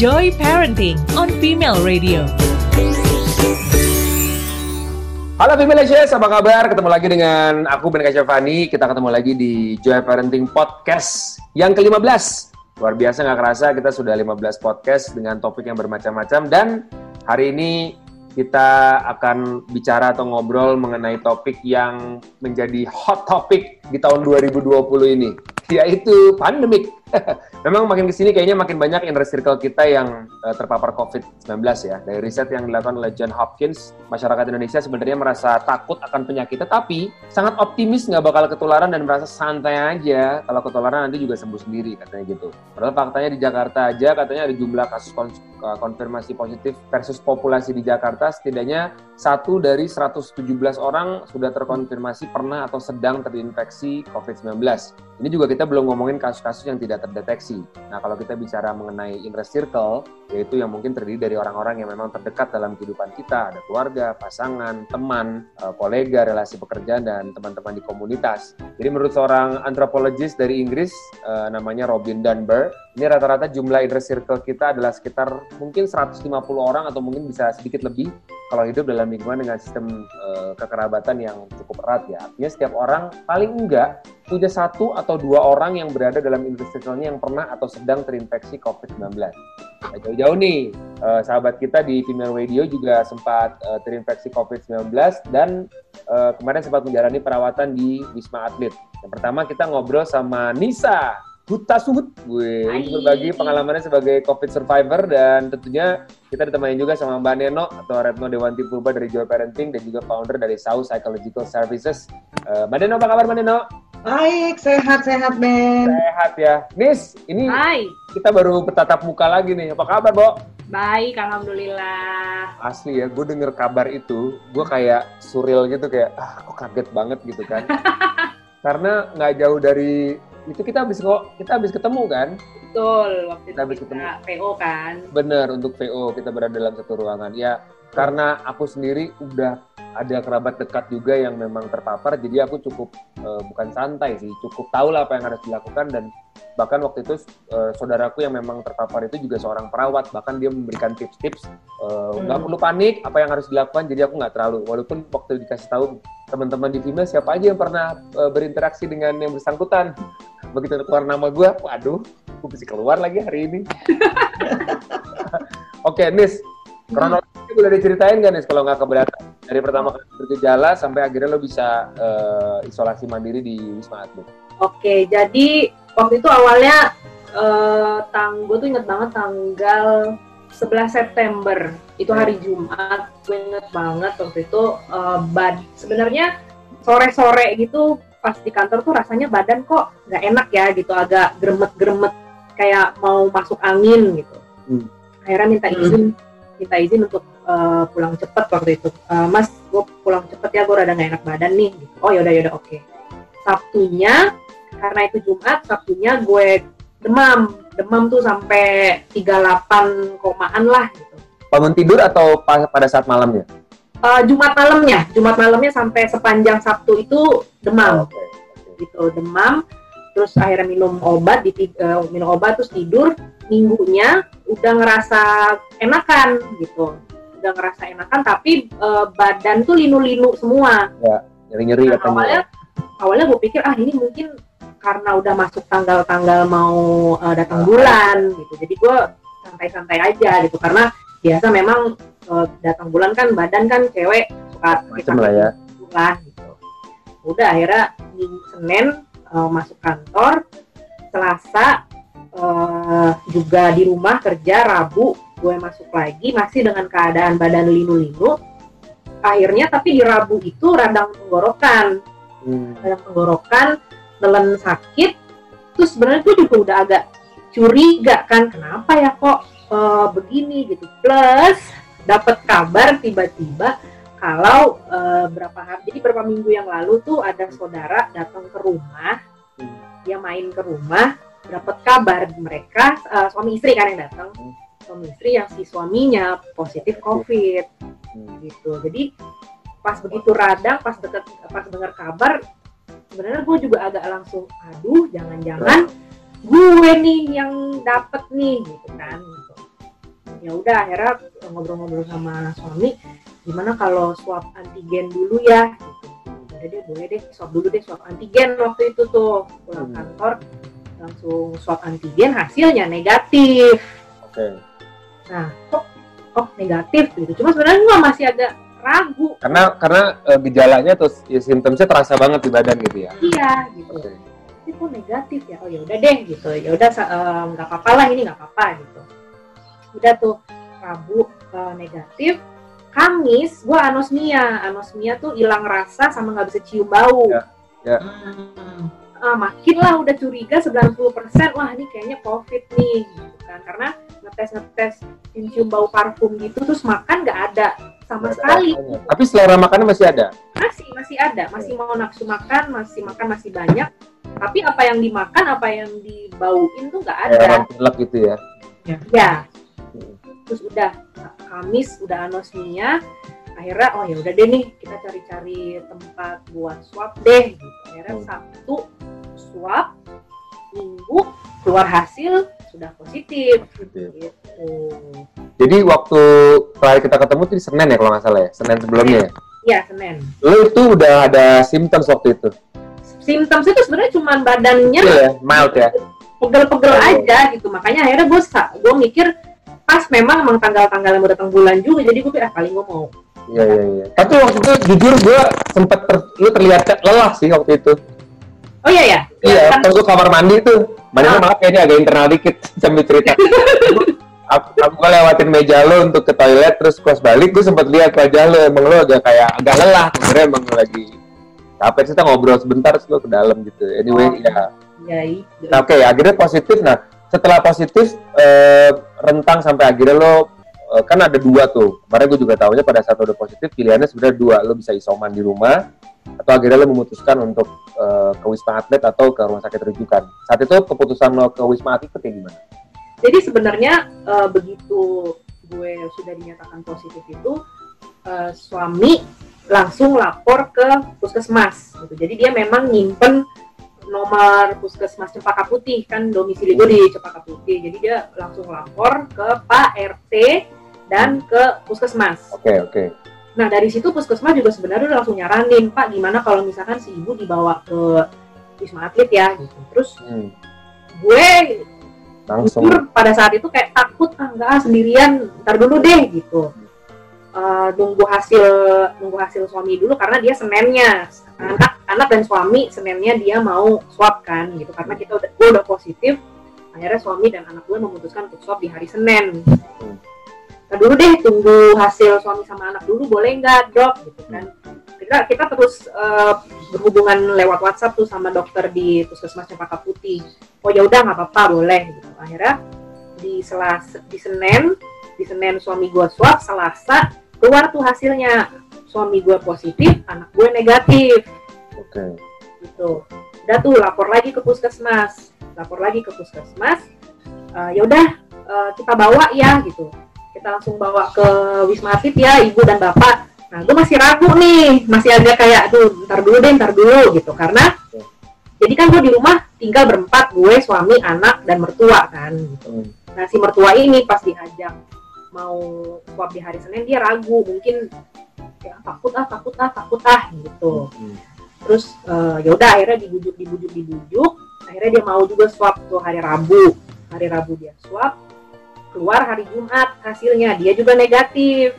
Joy Parenting on Female Radio. Halo Femaleicious, apa kabar? Ketemu lagi dengan aku Ben Kasyafani. Kita ketemu lagi di Joy Parenting Podcast yang ke-15. Luar biasa, gak kerasa kita sudah 15 podcast dengan topik yang bermacam-macam. Dan hari ini kita akan bicara atau ngobrol mengenai topik yang menjadi hot topic di tahun 2020 ini, yaitu pandemik. Memang makin kesini kayaknya makin banyak inner circle kita yang terpapar COVID-19 ya. Dari riset yang dilakukan oleh John Hopkins, masyarakat Indonesia sebenarnya merasa takut akan penyakit, tetapi sangat optimis nggak bakal ketularan dan merasa santai aja. Kalau ketularan nanti juga sembuh sendiri, katanya gitu. Padahal faktanya di Jakarta aja katanya ada jumlah kasus konfirmasi positif versus populasi di Jakarta setidaknya 1 dari 117 orang sudah terkonfirmasi pernah atau sedang terinfeksi COVID-19. Ini juga kita belum ngomongin kasus-kasus yang tidak terdeteksi. Nah, kalau kita bicara mengenai inner circle, yaitu yang mungkin terdiri dari orang-orang yang memang terdekat dalam kehidupan kita, ada keluarga, pasangan, teman, kolega, relasi pekerjaan, dan teman-teman di komunitas. Jadi menurut seorang antropologis dari Inggris, namanya Robin Dunbar, ini rata-rata jumlah inner circle kita adalah sekitar mungkin 150 orang atau mungkin bisa sedikit lebih kalau hidup dalam lingkungan dengan sistem kekerabatan yang cukup erat ya. Artinya setiap orang paling enggak punya 1 atau 2 orang yang berada dalam inner circle-nya yang pernah atau sedang terinfeksi COVID-19. Nah, jauh-jauh nih, sahabat kita di Female Radio juga sempat terinfeksi COVID-19 dan kemarin sempat menjalani perawatan di Wisma Atlet. Yang pertama kita ngobrol sama Nisa Hutasuhut, ini berbagi pengalamannya sebagai COVID survivor, dan tentunya kita ditemani juga sama Mbak Neno atau Retno Dewanti Purba dari Joy Parenting dan juga founder dari Sau Psychological Services. Mbak Neno, apa kabar Mbak Neno? Baik, sehat Ben. Sehat ya. Nis, ini Hai. Kita baru bertatap muka lagi nih. Apa kabar, Bo? Baik, alhamdulillah. Asli ya, gue denger kabar itu, gue kayak surreal gitu, kayak kok kaget banget gitu kan. Karena nggak jauh dari itu kita habis ketemu kan? Betul, waktu kita itu kita VO kan? Bener, untuk VO kita berada dalam satu ruangan. Ya, karena aku sendiri udah ada kerabat dekat juga yang memang terpapar, jadi aku cukup bukan santai sih, cukup tahu lah apa yang harus dilakukan. Dan bahkan waktu itu saudaraku yang memang terpapar itu juga seorang perawat, bahkan dia memberikan tips-tips nggak perlu panik apa yang harus dilakukan. Jadi aku nggak terlalu, walaupun waktu dikasih tahu teman-teman di Female siapa aja yang pernah berinteraksi dengan yang bersangkutan, begitu keluar nama gue, waduh, gue bisa keluar lagi hari ini. Oke, Nis, kronologi boleh diceritain nggak Nis kalau nggak keberatan? Dari pertama kali bergejala sampai akhirnya lo bisa isolasi mandiri di Wisma Atlet. Oke, jadi waktu itu awalnya gue tuh inget banget tanggal 11 September, itu hari Jumat, gue inget banget waktu itu sebenarnya sore-sore gitu pas di kantor tuh rasanya badan kok nggak enak ya gitu, agak gremet-gremet kayak mau masuk angin gitu. Akhirnya minta izin untuk pulang cepet waktu itu. Mas, gue pulang cepet ya, gue rada gak enak badan nih gitu. Oh yaudah oke. Sabtunya, karena itu Jumat, Sabtunya gue demam tuh sampai 38 komaan lah gitu. Bangun tidur atau pada saat malamnya? Jumat malamnya sampai sepanjang Sabtu itu demam. Gitu, demam. Terus akhirnya minum obat terus tidur. Minggunya udah ngerasa enakan gitu. Tapi badan tuh linu-linu semua. Ya, nyeri-nyeri katanya. Awalnya gue pikir ini mungkin karena udah masuk tanggal-tanggal mau datang bulan gitu. Jadi gue santai-santai aja gitu, karena biasa memang datang bulan kan badan kan cewek suka macam lah ya. Gitu. Udah akhirnya Senin masuk kantor, Selasa juga di rumah kerja, Rabu gue masuk lagi masih dengan keadaan badan linu-linu. Akhirnya tapi di Rabu itu radang tenggorokan, nelen sakit. Terus sebenarnya gue juga udah agak curiga kan, kenapa ya kok begini gitu. Plus dapat kabar tiba-tiba kalau beberapa minggu yang lalu tuh ada saudara datang ke rumah, dia main ke rumah, dapat kabar mereka suami istri kan yang datang, suami istri yang si suaminya positif COVID gitu. Jadi pas begitu radang, pas dengar kabar, sebenarnya gue juga agak langsung, aduh jangan-jangan gue nih yang dapet nih gitu kan. Gitu. ya udah akhirnya ngobrol-ngobrol sama suami, gimana kalau swab antigen dulu ya? Udah deh, boleh deh, swab dulu deh, swab antigen waktu itu tuh pulang kantor langsung swab antigen, hasilnya negatif. Oke. Nah, kok negatif gitu. Cuma sebenarnya gue masih agak ragu. Karena gejalanya atau simptomnya terasa banget di badan gitu ya. Iya, gitu. Oke. Tapi kok negatif ya? Oh ya udah deh gitu. Ya udah nggak apa-apa lah, ini nggak apa-apa gitu. Udah tuh Rabu negatif. Kamis gue anosmia tuh hilang rasa sama nggak bisa cium bau. Ya. Makin lah udah curiga 90%, wah ini kayaknya COVID nih gitu kan. Karena ngetes cium bau parfum gitu, terus makan nggak ada sama sekali. Tapi selera makannya masih ada? Masih ada, masih mau nafsu makan, masih banyak. Tapi apa yang dimakan, apa yang dibauin tuh nggak ada. Kayak pilek gitu ya? Ya. Terus udah Kamis udah anosmia, akhirnya oh ya udah deh nih kita cari-cari tempat buat swab deh gitu. Akhirnya Sabtu swab, Minggu keluar hasil sudah positif. Gitu. Jadi waktu terakhir kita ketemu tuh di Senin ya kalau nggak salah ya? Senin sebelumnya ya? Iya, Senin. Lo itu udah ada simptom waktu itu? Simptom itu sebenarnya cuma badannya mild ya? Pegel-pegel aja gitu. Makanya akhirnya gue mikir pas memang tanggal-tanggal yang mau datang bulan juga, jadi gue pikir paling gue mau. Iya. Tapi waktu itu jujur gue sempet lu terlihat lelah sih waktu itu. Oh iya ya? Iya, pas gue kamar mandi tuh. Mandinya maaf kayaknya agak internal dikit sambil cerita. Aku lewatin meja lo untuk ke toilet, terus pas balik gue sempet lihat wajah lo, emang lo agak lelah. Sebenernya emang lagi capek, kita ngobrol sebentar terus lo ke dalam gitu. Anyway, Oke, akhirnya positif. Nah, setelah positif rentang sampai akhirnya lo kan ada 2 tuh. Kemarin gue juga tahunya pada saat udah positif pilihannya sebenarnya 2, lo bisa isoman di rumah atau akhirnya lo memutuskan untuk ke Wisma Atlet atau ke rumah sakit rujukan. Saat itu keputusan lo ke Wisma Atlet kayak gimana? Jadi sebenarnya begitu gue sudah dinyatakan positif itu suami langsung lapor ke puskesmas gitu. Jadi dia memang nyimpen nomor puskesmas Cempaka Putih, kan domisili gue di Cempaka Putih, jadi dia langsung lapor ke Pak RT dan ke puskesmas. Oke. Nah dari situ puskesmas juga sebenarnya udah langsung nyaranin, Pak gimana kalau misalkan si ibu dibawa ke Wisma Atlet ya gitu. Terus gue langsung jujur pada saat itu kayak takut, enggak sendirian, ntar dulu deh gitu. Nunggu hasil suami dulu karena dia Seninnya anak dan suami Seninnya dia mau swab kan gitu, karena gue udah positif. Akhirnya suami dan anak gue memutuskan untuk swab di hari Senin. Ntar dulu deh, tunggu hasil suami sama anak dulu, boleh nggak dok gitu kan. Kita terus berhubungan lewat WhatsApp tuh sama dokter di puskesmas Cempaka Putih. Oh ya udah nggak apa-apa, boleh gitu. Akhirnya di Senin suami gue swab, Selasa keluar tuh hasilnya, suami gue positif, anak gue negatif. Oke. Gitu. Udah tuh lapor lagi ke puskesmas. Ya udah kita bawa ya gitu. Kita langsung bawa ke Wisma Atlet ya, ibu dan bapak. Nah, gue masih ragu nih, masih agak kayak, ntar dulu gitu. Karena jadi kan gue di rumah tinggal berempat, gue, suami, anak, dan mertua kan. Gitu. Nah si mertua ini pas diajak mau swab di hari Senin dia ragu, mungkin ya takut gitu. Terus ya udah akhirnya dibujuk, akhirnya dia mau juga swab tuh hari Rabu dia swab, keluar hari Jumat hasilnya dia juga negatif.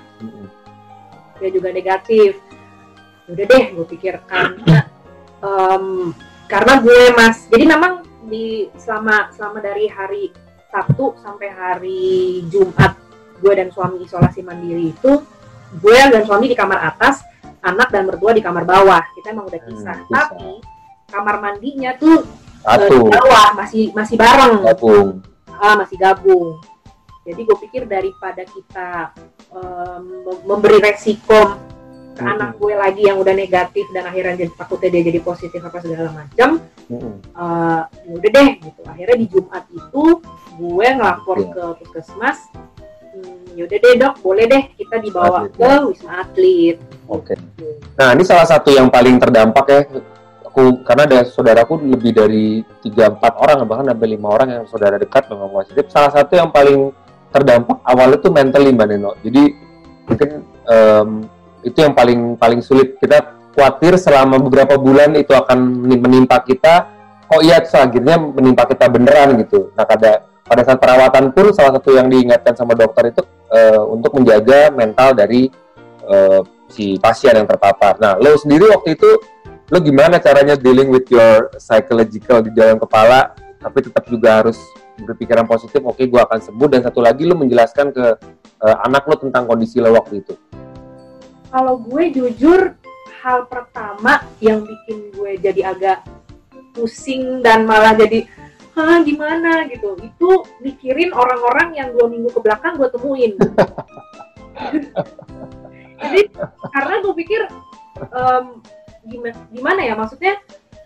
Udah deh gue pikirkan karena gue jadi memang selama dari hari Sabtu sampai hari Jumat gue dan suami isolasi mandiri itu, gue dan suami di kamar atas, anak dan mertua di kamar bawah. Kita emang udah pisah. Tapi kamar mandinya tuh di bawah masih bareng. Masih gabung. Jadi gue pikir daripada kita memberi resiko ke anak gue lagi yang udah negatif dan akhirnya takutnya dia jadi positif apa segala macam, udah deh gitu. Akhirnya di Jumat itu gue ngelapor ke puskesmas, yaudah deh dok, boleh deh kita dibawa ke Wisma Atlet. Oke. Nah ini salah satu yang paling terdampak ya. Karena ada saudaraku lebih dari 3-4 orang, bahkan sampai 5 orang yang saudara dekat memang positif. Salah satu yang paling terdampak awalnya tuh mentally Mbak Neno. Jadi mungkin itu yang paling sulit. Kita khawatir selama beberapa bulan itu akan menimpa kita. Oh iya, akhirnya menimpa kita beneran gitu. Nah, pada saat perawatan pun salah satu yang diingatkan sama dokter itu untuk menjaga mental dari si pasien yang terpapar. Nah, lo sendiri waktu itu, lo gimana caranya dealing with your psychological di dalam kepala, tapi tetap juga harus berpikiran positif, oke, gue akan sembuh, dan satu lagi lo menjelaskan ke anak lo tentang kondisi lo waktu itu? Kalau gue jujur, hal pertama yang bikin gue jadi agak pusing dan malah jadi gimana gitu, itu mikirin orang-orang yang 2 minggu ke belakang gue temuin. Jadi karena gue pikir gimana ya, maksudnya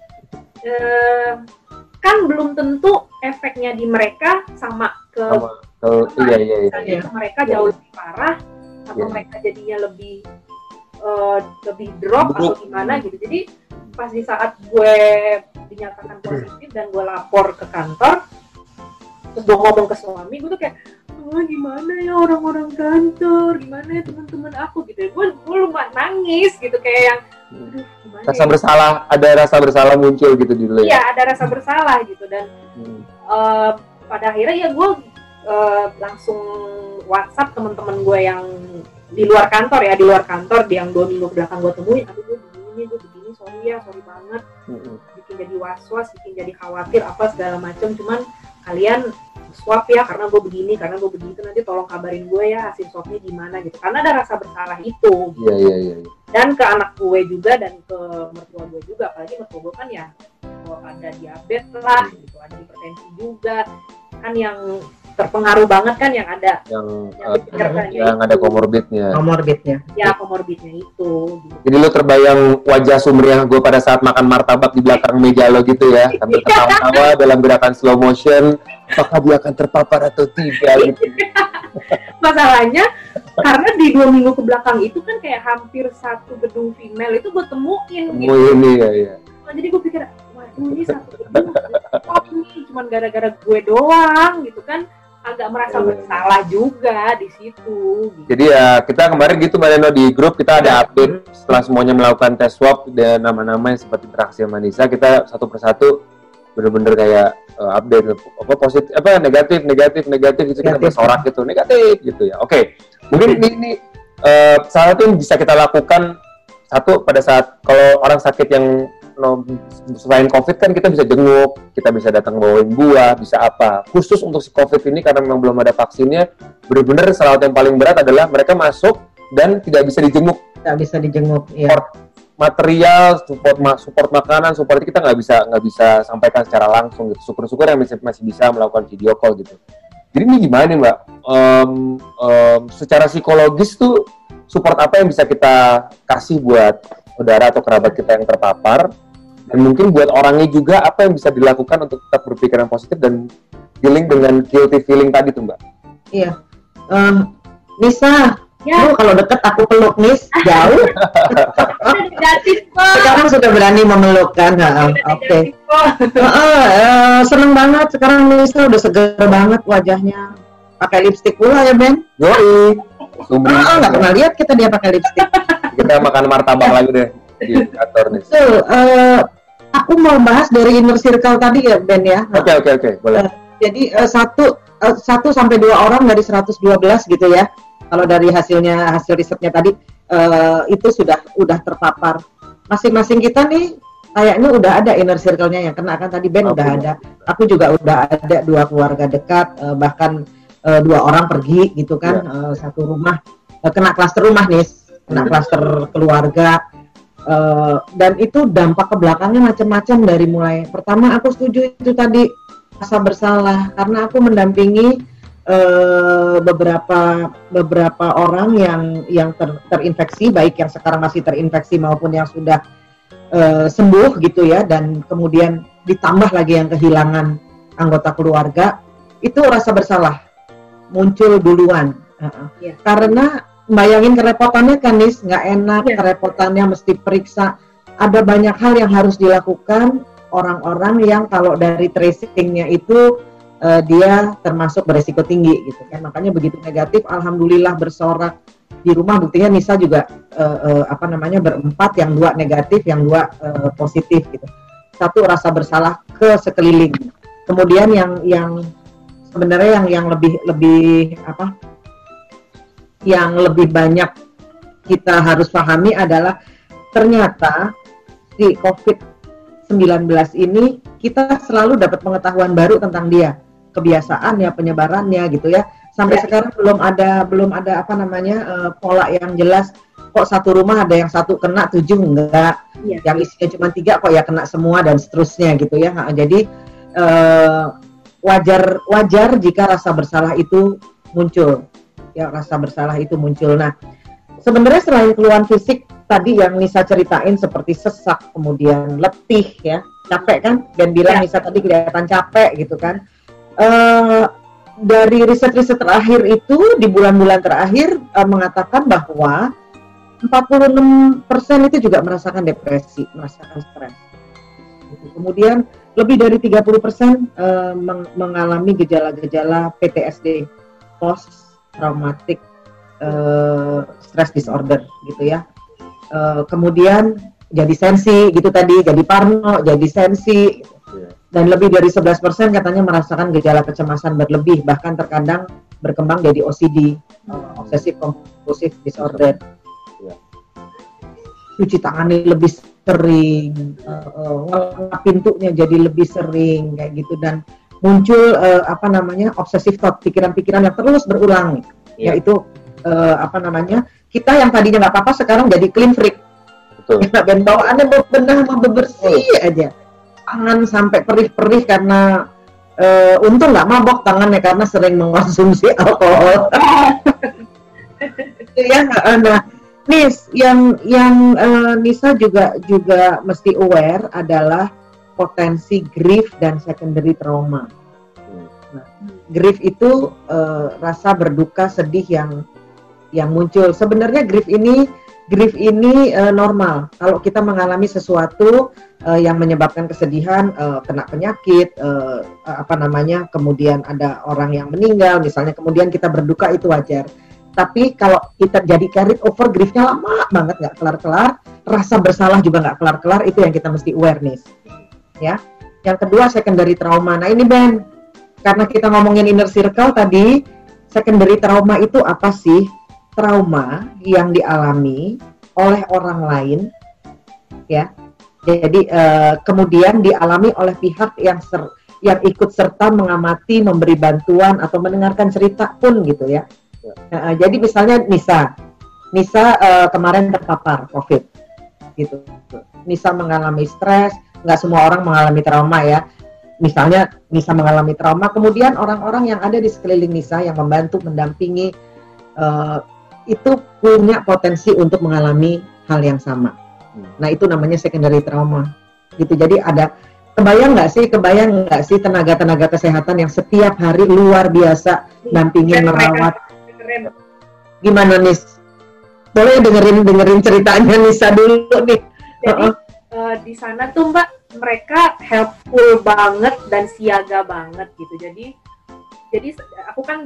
kan belum tentu efeknya di mereka sama ke iya. Mereka jauh lebih parah atau mereka jadinya lebih drop atau gimana gitu. Jadi pas di saat gue dinyatakan positif dan gue lapor ke kantor, terus gue ngomong ke suami, gue tuh kayak gimana ya orang-orang kantor, gimana ya teman-teman aku gitu. Gue lumayan nangis gitu, kayak yang gimana rasa ya? bersalah, ada rasa bersalah muncul gitu di dulu ya? Iya, ada rasa bersalah gitu. Dan pada akhirnya ya gue langsung WhatsApp teman-teman gue yang di luar kantor yang 2 minggu belakang gue temuin, aduh gue begini, sorry banget, bikin jadi was-was, bikin jadi khawatir apa segala macam, cuman kalian swab ya karena gue begini, nanti tolong kabarin gue ya hasil swabnya gimana gitu, karena ada rasa bersalah itu. Iya. Dan ke anak gue juga dan ke mertua gue juga, apalagi mertua gue kan ya ada diabetes lah gitu, ada hipertensi juga kan, yang terpengaruh banget kan, yang ada yang ada komorbidnya ya, komorbidnya itu gitu. Jadi lo terbayang wajah sumringah gue pada saat makan martabak di belakang meja lo gitu ya, sambil ketawa-tawa dalam gerakan slow motion, apakah dia akan terpapar atau tidak gitu. Masalahnya karena di 2 minggu ke belakang itu kan kayak hampir satu gedung female itu gue temuin gitu. Iya. Jadi gue pikir, waduh ini satu gedung nih, cuman gara-gara gue doang gitu kan, agak merasa bersalah juga di situ. Gitu. Jadi ya kita kemarin gitu Mbak Neno di grup kita ada update setelah semuanya melakukan tes swab dan nama-nama yang sempat interaksi sama Nisa, kita satu persatu bener-bener kayak update apa positif apa negatif gitu, kita bersorak gitu negatif gitu ya. Oke. Mungkin ini salah satu yang bisa kita lakukan, satu pada saat kalau orang sakit yang selain COVID kan kita bisa jenguk, kita bisa datang bawain buah, bisa apa. Khusus untuk si COVID ini karena memang belum ada vaksinnya, benar-benar salah satu yang paling berat adalah mereka masuk dan tidak bisa dijenguk. Iya. Support material, support makanan, support kita nggak bisa sampaikan secara langsung gitu. Syukur-syukur yang masih bisa melakukan video call gitu. Jadi ini gimana nih Mbak? Secara psikologis tuh support apa yang bisa kita kasih buat saudara atau kerabat kita yang terpapar? Dan mungkin buat orangnya juga apa yang bisa dilakukan untuk tetap berpikiran positif dan dealing dengan guilty feeling tadi tuh Mbak? Iya. Nisa, lu kalau deket aku peluk Nis, jauh. Sekarang sudah berani memeluk kan? Oke. Seneng banget sekarang Nisa udah seger banget wajahnya. Pakai lipstik pula ya Ben? Yoi. Nggak pernah lihat kita dia pakai lipstik. Kita makan martabak lagi deh di kantor nih. Aku mau bahas dari inner circle tadi ya Ben ya. Oke, boleh. Jadi 1 sampai 2 orang dari 112 gitu ya. Kalau dari hasil risetnya tadi itu udah terpapar. Masing-masing kita nih kayaknya udah ada inner circle-nya yang kena kan, tadi Ben udah ada. Aku juga udah ada 2 keluarga dekat, bahkan 2 orang pergi gitu kan, satu rumah kena klaster rumah nih, kena klaster keluarga. Dan itu dampak ke belakangnya macam-macam, dari mulai pertama aku setuju itu tadi rasa bersalah karena aku mendampingi beberapa orang yang terinfeksi, baik yang sekarang masih terinfeksi maupun yang sudah sembuh gitu ya, dan kemudian ditambah lagi yang kehilangan anggota keluarga, itu rasa bersalah muncul duluan. Karena bayangin kerepotannya kan Nis, nggak enak, kerepotannya mesti periksa, ada banyak hal yang harus dilakukan orang-orang yang kalau dari tracingnya itu dia termasuk beresiko tinggi gitu kan. Makanya begitu negatif, alhamdulillah bersorak di rumah. Buktinya Nisa juga berempat, yang 2 negatif, yang 2 positif gitu. Satu, rasa bersalah ke sekeliling. Kemudian yang sebenarnya yang lebih banyak kita harus pahami adalah ternyata di COVID-19 ini kita selalu dapat pengetahuan baru tentang dia, kebiasaannya, penyebarannya gitu ya. Sampai sekarang belum ada pola yang jelas. Kok satu rumah ada yang 1 kena, 7 enggak, yang isinya cuma 3 kok ya kena semua dan seterusnya gitu ya. Jadi wajar jika rasa bersalah itu muncul. Ya, rasa bersalah itu muncul. Nah, sebenarnya selain keluhan fisik tadi yang Nisa ceritain seperti sesak, kemudian letih ya, capek kan? Dan bilang Nisa tadi kelihatan capek gitu kan. Dari riset-riset terakhir itu di bulan-bulan terakhir mengatakan bahwa 46% itu juga merasakan depresi, merasakan stres. Kemudian lebih dari 30% mengalami gejala-gejala PTSD, post traumatic stress disorder gitu ya. Kemudian jadi sensi gitu tadi, jadi parno, jadi sensi. Dan lebih dari 11% katanya merasakan gejala kecemasan berlebih, bahkan terkadang berkembang jadi OCD, obsessive compulsive disorder. Cuci tangannya lebih sering, ngelap pintunya jadi lebih sering kayak gitu, dan muncul obsessive thought, pikiran-pikiran yang terus berulang, yaitu kita yang tadinya nggak apa-apa sekarang jadi clean freak. Betul. Ya, bentokannya bebenah mau bebersih aja, tangan sampai perih-perih karena untung nggak mabok tangannya karena sering mengkonsumsi alkohol. Ya, nah, Nis, yang Nisa juga mesti aware adalah potensi grief dan secondary trauma. Nah, grief itu rasa berduka, sedih yang muncul. Sebenarnya grief ini normal. Kalau kita mengalami sesuatu yang menyebabkan kesedihan, kena penyakit, kemudian ada orang yang meninggal, misalnya, kemudian kita berduka, itu wajar. Tapi kalau kita jadi carried over, griefnya lama banget, nggak kelar-kelar, rasa bersalah juga nggak kelar-kelar, itu yang kita mesti awareness. Ya. Yang kedua, secondary trauma. Nah ini Ben, karena kita ngomongin inner circle tadi, secondary trauma itu apa sih? Trauma yang dialami oleh orang lain, ya. Jadi kemudian dialami oleh pihak yang ikut serta mengamati, memberi bantuan atau mendengarkan cerita pun gitu ya. Jadi misalnya Nisa kemarin terpapar COVID, gitu. Nisa mengalami stres, nggak semua orang mengalami trauma ya. Misalnya Nisa mengalami trauma, kemudian orang-orang yang ada di sekeliling Nisa yang membantu, mendampingi, itu punya potensi untuk mengalami hal yang sama. Nah itu namanya secondary trauma. Gitu. Jadi kebayang nggak sih tenaga-tenaga kesehatan yang setiap hari luar biasa dampingin, merawat. Gimana Nis? Boleh dengerin ceritanya Nisa dulu nih. Jadi di sana tuh Mbak, mereka helpful banget dan siaga banget gitu. Jadi aku kan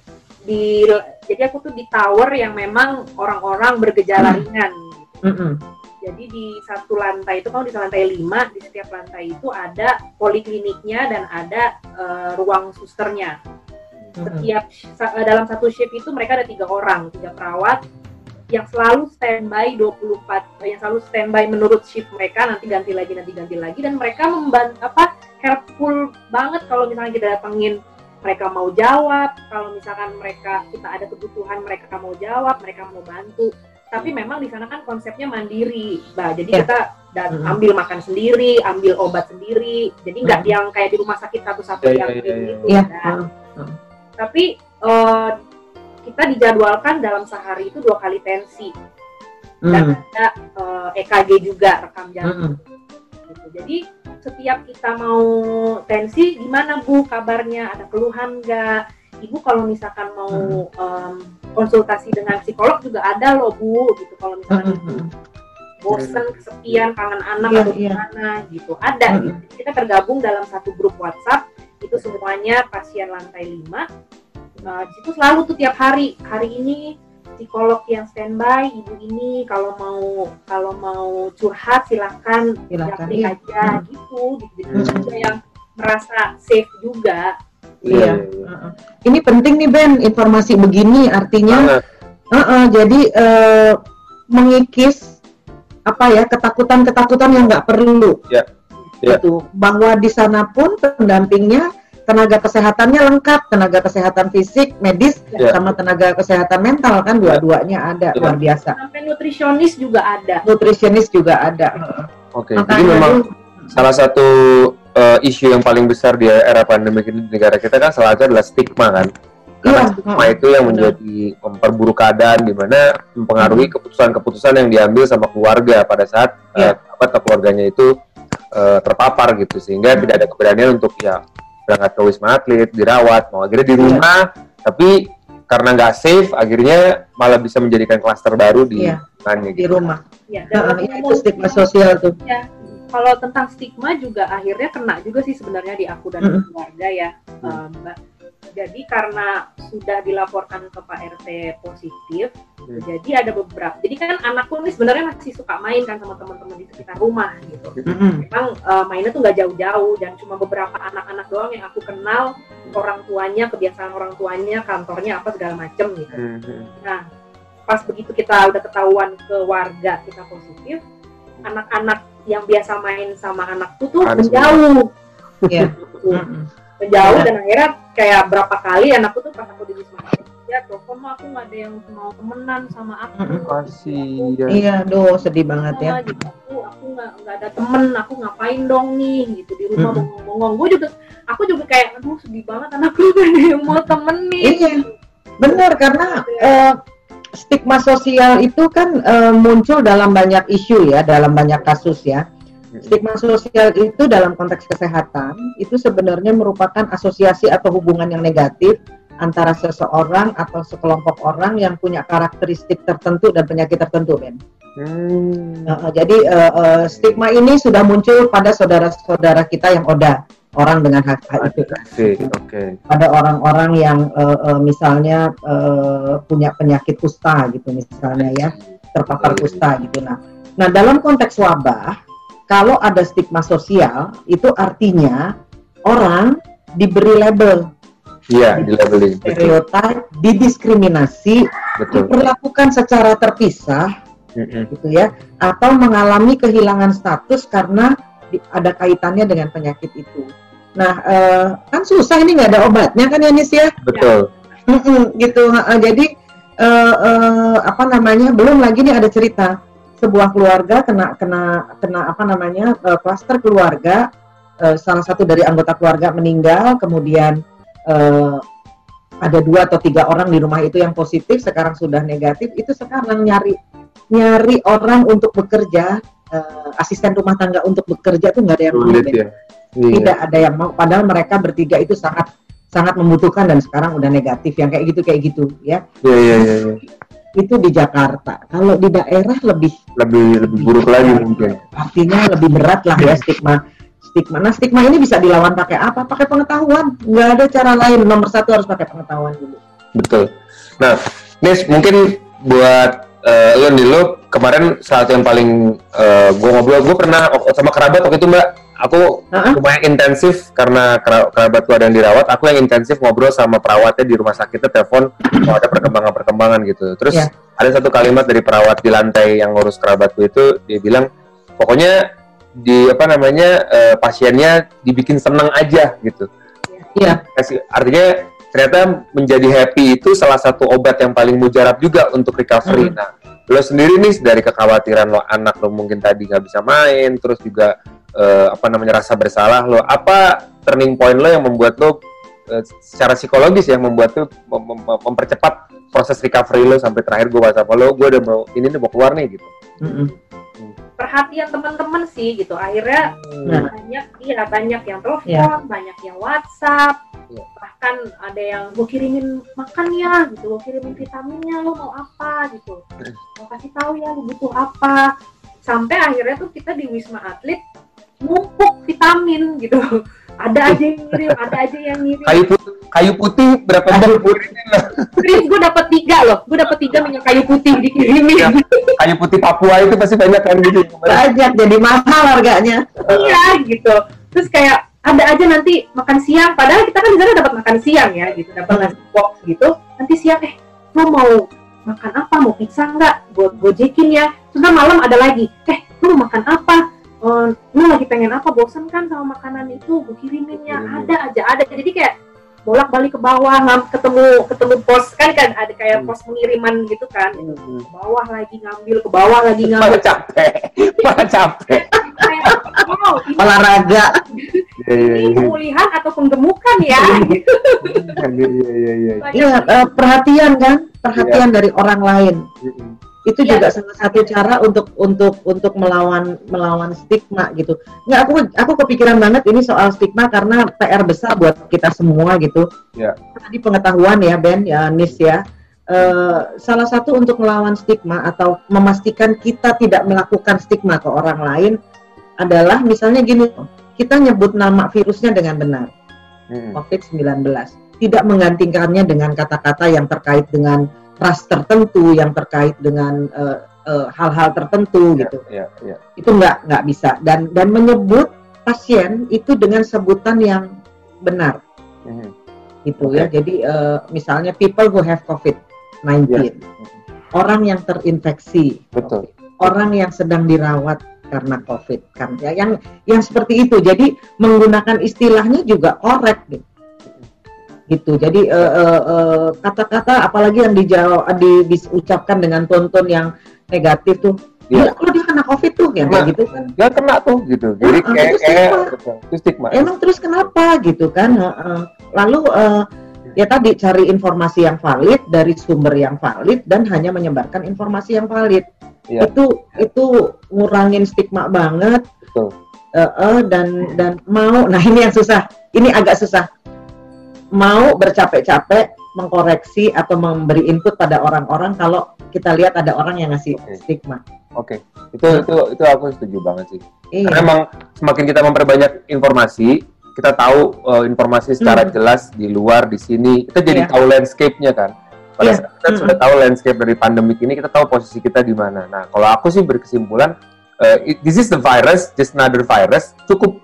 jadi aku tuh di tower yang memang orang-orang bergejala ringan gitu. Jadi di satu lantai itu, kalau di lantai 5, di setiap lantai itu ada polikliniknya dan ada ruang susternya. Dalam satu shift itu mereka ada 3 orang, 3 perawat yang selalu standby 24, yang selalu standby menurut shift mereka, nanti ganti lagi, dan mereka helpful banget kalau misalnya kita datengin, mereka mau jawab, kalau misalkan kita ada kebutuhan, mereka mau jawab, mereka mau bantu. Tapi memang di sana kan konsepnya mandiri, Mbak. Jadi kita ambil makan sendiri, ambil obat sendiri. Jadi nggak yang kayak di rumah sakit satu-satu yang gitu. Tapi kita dijadwalkan dalam sehari itu 2 kali tensi. Dan ada EKG juga, rekam jantung. Gitu. Jadi setiap kita mau tensi, gimana Bu kabarnya? Ada keluhan nggak? Ibu kalau misalkan mau konsultasi dengan psikolog juga ada loh Bu, gitu. Kalau misalkan bosan, kesepian, kangen anak atau gimana gitu, ada. Gitu. Kita tergabung dalam satu grup WhatsApp Itu semuanya pasien lantai 5. Di situ selalu tuh tiap hari ini psikolog yang standby, ibu ini kalau mau curhat silakan japri aja gitu juga yang merasa safe juga. Iya. Ini penting nih Ben, informasi begini artinya jadi mengikis ketakutan yang nggak perlu. Gitu. Bahwa di sana pun pendampingnya tenaga kesehatannya lengkap, tenaga kesehatan fisik, medis, sama tenaga kesehatan mental kan dua-duanya ada, luar biasa. Sampai nutrisionis juga ada. Oke. Jadi memang salah satu isu yang paling besar di era pandemi ini di negara kita kan salah satu adalah stigma kan. Karena stigma itu yang menjadi memperburuk keadaan, di mana mempengaruhi keputusan-keputusan yang diambil sama keluarga pada saat keluarganya itu terpapar gitu, sehingga tidak ada keberanian untuk berangkat ke Wisma Atlet, dirawat, mau akhirnya di rumah, tapi karena nggak safe, akhirnya malah bisa menjadikan klaster baru di rumah. Itu stigma sosial tuh. Kalau tentang stigma juga akhirnya kena juga sih sebenarnya di aku dan keluarga ya, Mbak. Jadi karena sudah dilaporkan ke Pak RT positif, jadi ada beberapa. Jadi kan anakku ini sebenarnya masih suka main kan sama teman-teman di sekitar rumah gitu. Memang mainnya tuh nggak jauh-jauh, dan cuma beberapa anak-anak doang yang aku kenal orang tuanya, kebiasaan orang tuanya, kantornya apa segala macem gitu. Nah, pas begitu kita udah ketahuan ke warga kita positif, anak-anak yang biasa main sama anakku tuh menjauh. Menjauh dan akhirnya kayak berapa kali anakku tuh pas aku di Wisma Atlet, telepon aku nggak ada yang mau temenan sama aku. Iya, sedih banget ya. Gitu. Aku nggak ada temen, aku ngapain dong nih gitu di rumah bengong-bengong. Aku juga kayak aduh sedih banget, anakku gak ada yang mau temenin. Iya, benar, karena stigma sosial itu kan muncul dalam banyak isu ya, dalam banyak kasus ya. Stigma sosial itu dalam konteks kesehatan itu sebenarnya merupakan asosiasi atau hubungan yang negatif antara seseorang atau sekelompok orang yang punya karakteristik tertentu dan penyakit tertentu, Ben. Jadi stigma ini sudah muncul pada saudara-saudara kita yang orang dengan HIV. Pada orang-orang yang misalnya punya penyakit kusta gitu misalnya ya, terpapar kusta gitu. Nah dalam konteks wabah, kalau ada stigma sosial, itu artinya orang diberi label, di-labeling, stereotip, didiskriminasi, diperlakukan secara terpisah, gitu ya, atau mengalami kehilangan status karena ada kaitannya dengan penyakit itu. Nah, kan susah, ini nggak ada obatnya kan ya, Nis ya? Betul. Gitu. Jadi belum lagi nih ada cerita. Sebuah keluarga kena klaster keluarga, salah satu dari anggota keluarga meninggal, kemudian ada 2 atau 3 orang di rumah itu yang positif, sekarang sudah negatif. Itu sekarang nyari orang untuk bekerja, asisten rumah tangga untuk bekerja tuh nggak ada yang mau. Tidak ada yang mau, padahal mereka bertiga itu sangat membutuhkan dan sekarang udah negatif, yang kayak gitu ya. Iya. Itu di Jakarta. Kalau di daerah lebih buruk lagi mungkin. Artinya lebih berat lah ya stigma. Nah, stigma ini bisa dilawan pakai apa? Pakai pengetahuan. Nggak ada cara lain. Nomor 1 harus pakai pengetahuan dulu. Betul. Nah, Nis, mungkin buat lo kemarin saat yang paling gue pernah sama kerabat waktu itu, Mbak. Aku lumayan intensif karena kerabat ada yang dirawat. Aku yang intensif ngobrol sama perawatnya di rumah sakitnya, telepon kalau ada perkembangan gitu. Terus ada satu kalimat dari perawat di lantai yang ngurus kerabatku itu, dia bilang pokoknya pasiennya dibikin senang aja gitu. Iya. Artinya ternyata menjadi happy itu salah satu obat yang paling mujarab juga untuk recovery. Nah, lo sendiri nih dari kekhawatiran lo anak lo mungkin tadi nggak bisa main, terus juga rasa bersalah lo, apa turning point lo yang membuat lo secara psikologis ya membuat lo mempercepat proses recovery lo sampai terakhir gue bahas apa lo, gue udah mau keluar nih gitu. Perhatian teman-teman sih gitu, akhirnya banyak yang telepon, banyak yang WhatsApp, bahkan ada yang gue kirimin makan ya gitu, gue kirimin vitaminnya, lo mau apa gitu, mau kasih tahu ya lo butuh apa, sampai akhirnya tuh kita di Wisma Atlet numpuk vitamin gitu. ada aja yang ngirim. Kayu putih berapa banyak kirimin loh. Chris, gue dapet 3 loh. Gue dapet 3 minyak kayu putih dikirimin. Ya, kayu putih Papua itu pasti banyak kan gitu. Banyak, jadi mahal harganya. Iya gitu. Terus kayak ada aja nanti makan siang. Padahal kita kan di sana dapat makan siang ya gitu. Dapat nasi box gitu. Nanti siang lo mau makan apa? Mau pizza nggak? Gue gojekin ya. Terus malam ada lagi. Lo mau makan apa? Lo lagi pengen apa? Bosan kan sama makanan itu? Gue kirimin ya. Ada. Jadi kayak bolak-balik ke bawah, ketemu pos kan ada kayak pos pengiriman gitu kan. Ke bawah lagi ngambil, ke bawah lagi ngambil. Malah capek. Wow, Olahraga. ini pemulihan atau penggemukan ya? Iya, perhatian kan, dari orang lain. Itu juga salah satu cara untuk melawan stigma gitu. Nggak, aku kepikiran banget ini soal stigma karena PR besar buat kita semua gitu. Tadi pengetahuan ya Ben, ya Nis ya. Salah satu untuk melawan stigma atau memastikan kita tidak melakukan stigma ke orang lain adalah misalnya gini, kita nyebut nama virusnya dengan benar, COVID-19, tidak menggantikannya dengan kata-kata yang terkait dengan ras tertentu, yang terkait dengan hal-hal tertentu gitu. Itu nggak bisa, dan menyebut pasien itu dengan sebutan yang benar, gitu ya. Jadi misalnya people who have COVID-19, orang yang terinfeksi, orang yang sedang dirawat karena COVID kan, ya, yang seperti itu. Jadi menggunakan istilahnya juga korek gitu. Jadi kata-kata apalagi yang diucapkan dengan tonton yang negatif tuh. Dia kena COVID tuh, yang kayak gitu kan. Dia kena tuh gitu. Jadi itu stigma. Emang terus kenapa gitu kan? Lalu ya tadi cari informasi yang valid dari sumber yang valid dan hanya menyebarkan informasi yang valid. Itu ngurangin stigma banget. Dan mau, nah ini yang susah. Ini agak susah. Mau bercapek-capek mengkoreksi atau memberi input pada orang-orang kalau kita lihat ada orang yang ngasih stigma. Itu aku setuju banget sih. Karena memang semakin kita memperbanyak informasi, kita tahu informasi secara jelas di luar, di sini, kita jadi tahu landscape-nya kan. Pada saat kita sudah tahu landscape dari pandemik ini, kita tahu posisi kita di mana. Nah, kalau aku sih berkesimpulan, this is the virus, just another virus,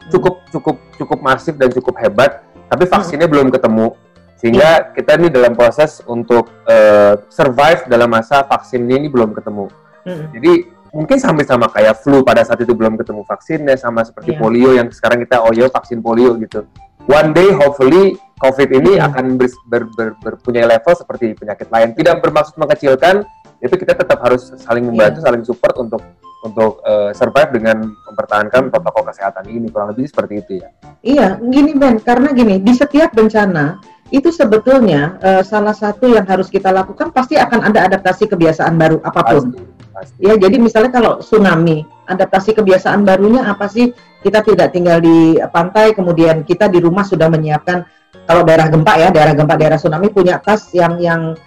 cukup masif dan cukup hebat, tapi vaksinnya belum ketemu. Sehingga kita ini dalam proses untuk survive dalam masa vaksin ini belum ketemu. Jadi mungkin sama kayak flu pada saat itu belum ketemu vaksinnya, sama seperti polio yang sekarang kita vaksin polio gitu. One day hopefully COVID ini akan berpunya level seperti penyakit lain. Tidak bermaksud mengecilkan, itu kita tetap harus saling membantu, saling support untuk survive dengan mempertahankan protokol kesehatan ini. Kurang lebih seperti itu ya. Iya, gini Ben, karena gini, di setiap bencana itu sebetulnya salah satu yang harus kita lakukan pasti akan ada adaptasi kebiasaan baru apapun. Pasti. Ya, jadi misalnya kalau tsunami, adaptasi kebiasaan barunya apa sih? Kita tidak tinggal di pantai, kemudian kita di rumah sudah menyiapkan, kalau daerah gempa, daerah tsunami punya tas yang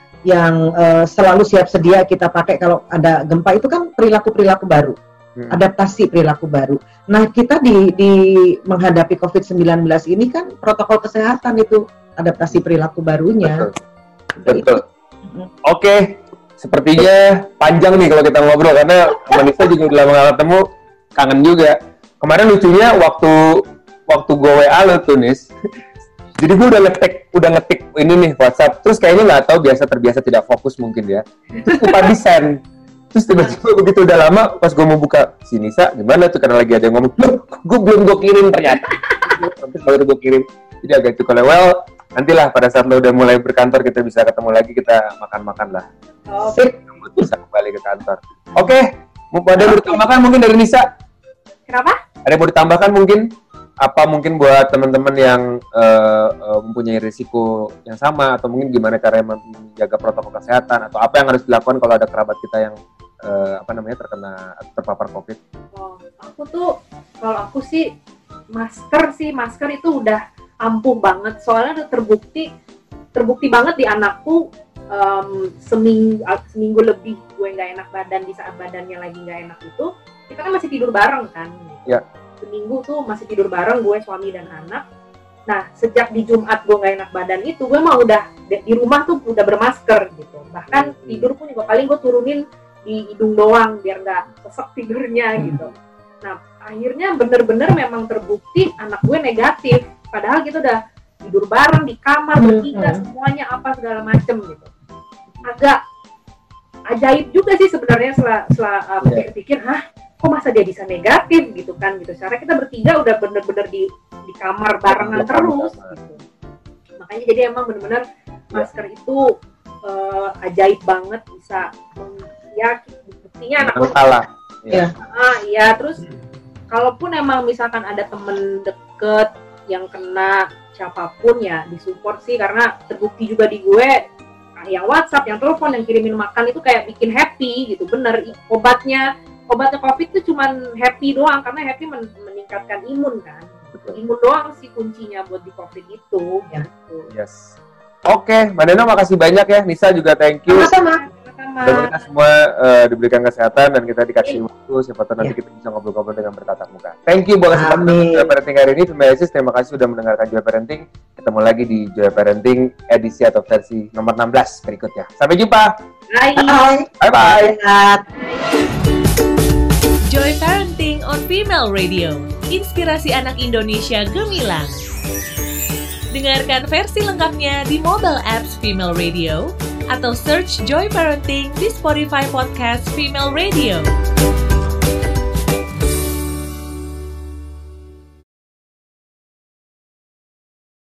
selalu siap sedia kita pakai kalau ada gempa. Itu kan perilaku baru, adaptasi perilaku baru. Nah, kita di menghadapi COVID-19 ini kan protokol kesehatan itu adaptasi perilaku barunya. Betul. Oke. Sepertinya panjang nih kalau kita ngobrol, karena Manisa juga udah lama gak ketemu, kangen juga. Kemarin lucunya waktu gue WA lo tuh, Nis. Jadi gue udah ngetik ini nih WhatsApp, terus kayaknya nggak tahu, terbiasa tidak fokus mungkin ya. Terus lupa di-send. Terus tiba-tiba begitu udah lama, pas gue mau buka, si Nisa gimana tuh, karena lagi ada yang ngomong, loh, gue kirim ternyata. Terus baru gue kirim. Jadi agak cukup well. Nantilah pada saat lo udah mulai berkantor, kita bisa ketemu lagi, kita makan-makan lah. Bisa kembali ke kantor. Oke. Ada yang mau ditambahkan mungkin dari Nisa? Kenapa? Ada yang mau ditambahkan mungkin? Apa mungkin buat teman-teman yang mempunyai risiko yang sama, atau mungkin gimana caranya menjaga protokol kesehatan, atau apa yang harus dilakukan kalau ada kerabat kita yang terpapar COVID? Kalau aku sih masker itu udah ampuh banget, soalnya udah terbukti banget di anakku. Seminggu lebih gue nggak enak badan, di saat badannya lagi nggak enak itu kita kan masih tidur bareng kan. Seminggu tuh masih tidur bareng, gue, suami dan anak. Nah, sejak di Jumat gue nggak enak badan itu, gue mah udah di rumah tuh udah bermasker gitu. Bahkan tidur pun juga paling gue turunin di hidung doang biar nggak sesek tidurnya gitu. Nah, akhirnya bener-bener memang terbukti anak gue negatif. Padahal kita udah tidur bareng di kamar bertiga semuanya apa segala macem gitu. Agak ajaib juga sih sebenarnya setelah pikir-pikir, kok masa dia bisa negatif gitu kan gitu. Secara kita bertiga udah bener-bener di kamar barengan terus gitu. Makanya jadi emang bener-bener masker itu ajaib banget bisa buktinya anak salah. Iya, terus kalaupun emang misalkan ada temen deket yang kena siapapun ya disupport sih, karena terbukti juga di gue yang WhatsApp, yang telepon, yang kirimin makan itu kayak bikin happy gitu. Bener, obatnya COVID itu cuman happy doang, karena happy meningkatkan imun kan. Imun doang sih kuncinya buat di COVID itu gitu. Yes. Oke, Mbak Neno makasih banyak ya. Nisa juga thank you. Sama-sama. Kita semua diberikan kesehatan dan kita dikasih waktu, siapa tahu nanti kita bisa ngobrol-ngobrol dengan bertatap muka. Thank you buat kesempatan Joy Parenting hari ini. Terima kasih, terima kasih sudah mendengarkan Joy Parenting. Ketemu lagi di Joy Parenting edisi atau versi nomor 16 berikutnya. Sampai jumpa. Bye. Joy Parenting on Female Radio. Inspirasi anak Indonesia gemilang. Dengarkan versi lengkapnya di mobile apps Female Radio atau search Joy Parenting di Spotify Podcast Female Radio.